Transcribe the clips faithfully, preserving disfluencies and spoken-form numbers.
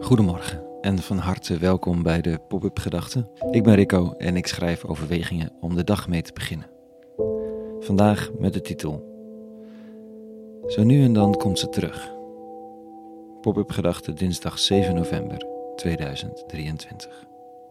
Goedemorgen en van harte welkom bij de Pop-up Gedachten. Ik ben Rico en ik schrijf overwegingen om de dag mee te beginnen. Vandaag met de titel Zo nu en dan komt ze terug. Pop-up Gedachten dinsdag zeven november tweeduizend drieëntwintig.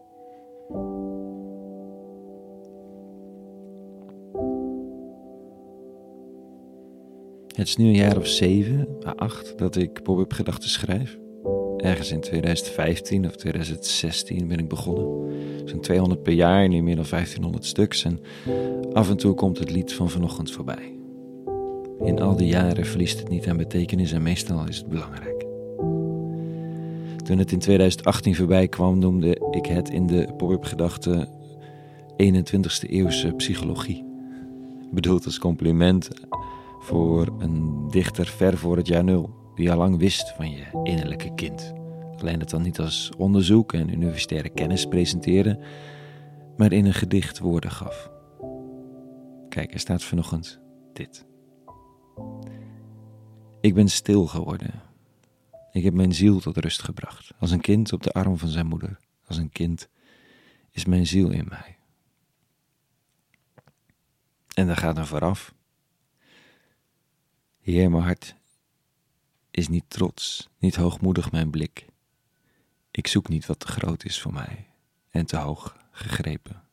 Het is nu een jaar of zeven, à acht dat ik Pop-up Gedachten schrijf. Ergens in tweeduizend vijftien of tweeduizend zestien ben ik begonnen. Zo'n tweehonderd per jaar, nu meer dan vijftienhonderd stuks. En af en toe komt het lied van vanochtend voorbij. In al die jaren verliest het niet aan betekenis en meestal is het belangrijk. Toen het in tweeduizend achttien voorbij kwam, noemde ik het in de Pop-up Gedachten eenentwintigste eeuwse psychologie. Bedoeld als compliment voor een dichter ver voor het jaar nul, die al lang wist van je innerlijke kind. Alleen het dan niet als onderzoek en universitaire kennis presenteerde, maar in een gedicht woorden gaf. Kijk, er staat vanochtend dit. Ik ben stil geworden. Ik heb mijn ziel tot rust gebracht. Als een kind op de arm van zijn moeder. Als een kind is mijn ziel in mij. En daar gaat dan vooraf. Heer, mijn hart is niet trots, niet hoogmoedig mijn blik. Ik zoek niet wat te groot is voor mij en te hoog gegrepen.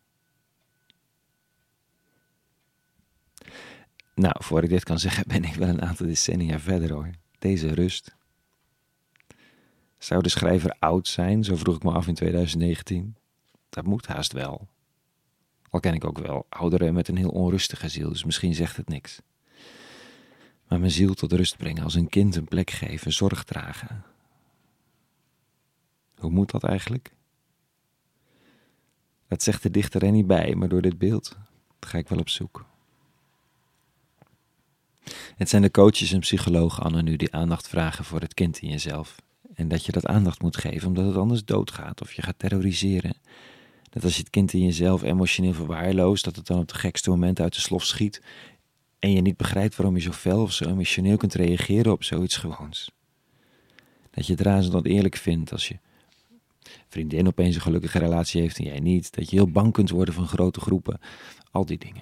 Nou, voor ik dit kan zeggen ben ik wel een aantal decennia verder hoor. Deze rust. Zou de schrijver oud zijn, zo vroeg ik me af in tweeduizend negentien? Dat moet haast wel. Al ken ik ook wel ouderen met een heel onrustige ziel, dus misschien zegt het niks. Maar mijn ziel tot rust brengen, als een kind een plek geven, zorg dragen. Hoe moet dat eigenlijk? Dat zegt de dichter er niet bij, maar door dit beeld ga ik wel op zoek. Het zijn de coaches en psychologen anno nu die aandacht vragen voor het kind in jezelf. En dat je dat aandacht moet geven, omdat het anders doodgaat of je gaat terroriseren. Dat als je het kind in jezelf emotioneel verwaarloost, dat het dan op de gekste moment uit de slof schiet en je niet begrijpt waarom je zo fel of zo emotioneel kunt reageren op zoiets gewoons. Dat je het razend eerlijk vindt als je vriendin opeens een gelukkige relatie heeft en jij niet. Dat je heel bang kunt worden van grote groepen. Al die dingen.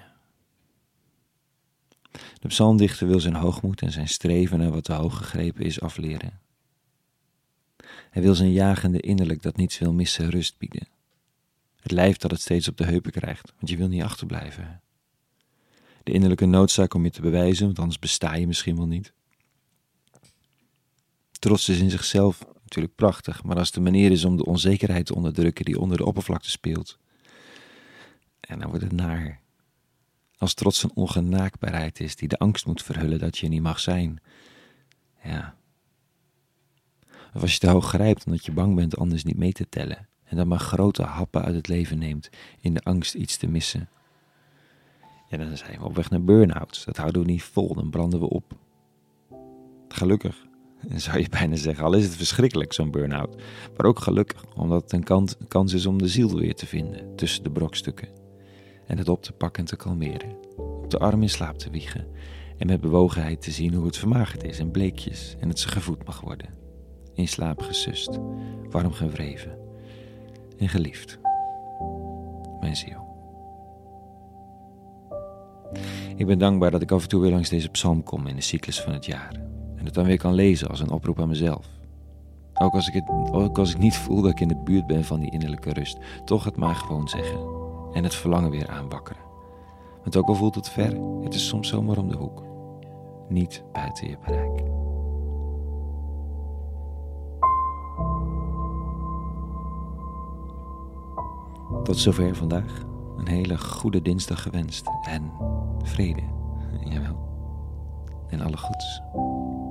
De psalmdichter wil zijn hoogmoed en zijn streven naar wat te hoog gegrepen is afleren. Hij wil zijn jagende innerlijk dat niets wil missen rust bieden. Het lijf dat het steeds op de heupen krijgt, want je wil niet achterblijven. De innerlijke noodzaak om je te bewijzen, want anders besta je misschien wel niet. Trots is in zichzelf natuurlijk prachtig, maar als de manier is om de onzekerheid te onderdrukken die onder de oppervlakte speelt, en dan wordt het naar. Als trots een ongenaakbaarheid is die de angst moet verhullen dat je niet mag zijn. Ja. Of als je te hoog grijpt omdat je bang bent anders niet mee te tellen en dan maar grote happen uit het leven neemt in de angst iets te missen. Ja, dan zijn we op weg naar burn-outs. Dat houden we niet vol, dan branden we op. Gelukkig, zou je bijna zeggen, al is het verschrikkelijk zo'n burn-out. Maar ook gelukkig, omdat het een kans, een kans is om de ziel weer te vinden tussen de brokstukken. En het op te pakken en te kalmeren. Op de arm in slaap te wiegen. En met bewogenheid te zien hoe het vermagerd is en bleekjes. En het ze gevoed mag worden. In slaap gesust, warm gewreven en geliefd. Mijn ziel. Ik ben dankbaar dat ik af en toe weer langs deze psalm kom in de cyclus van het jaar. En het dan weer kan lezen als een oproep aan mezelf. Ook als ik, het, ook als ik niet voel dat ik in de buurt ben van die innerlijke rust. Toch het maar gewoon zeggen. En het verlangen weer aanwakkeren. Want ook al voelt het ver, het is soms zomaar om de hoek. Niet buiten je bereik. Tot zover vandaag. Een hele goede dinsdag gewenst. En vrede. Jawel. En alle goeds.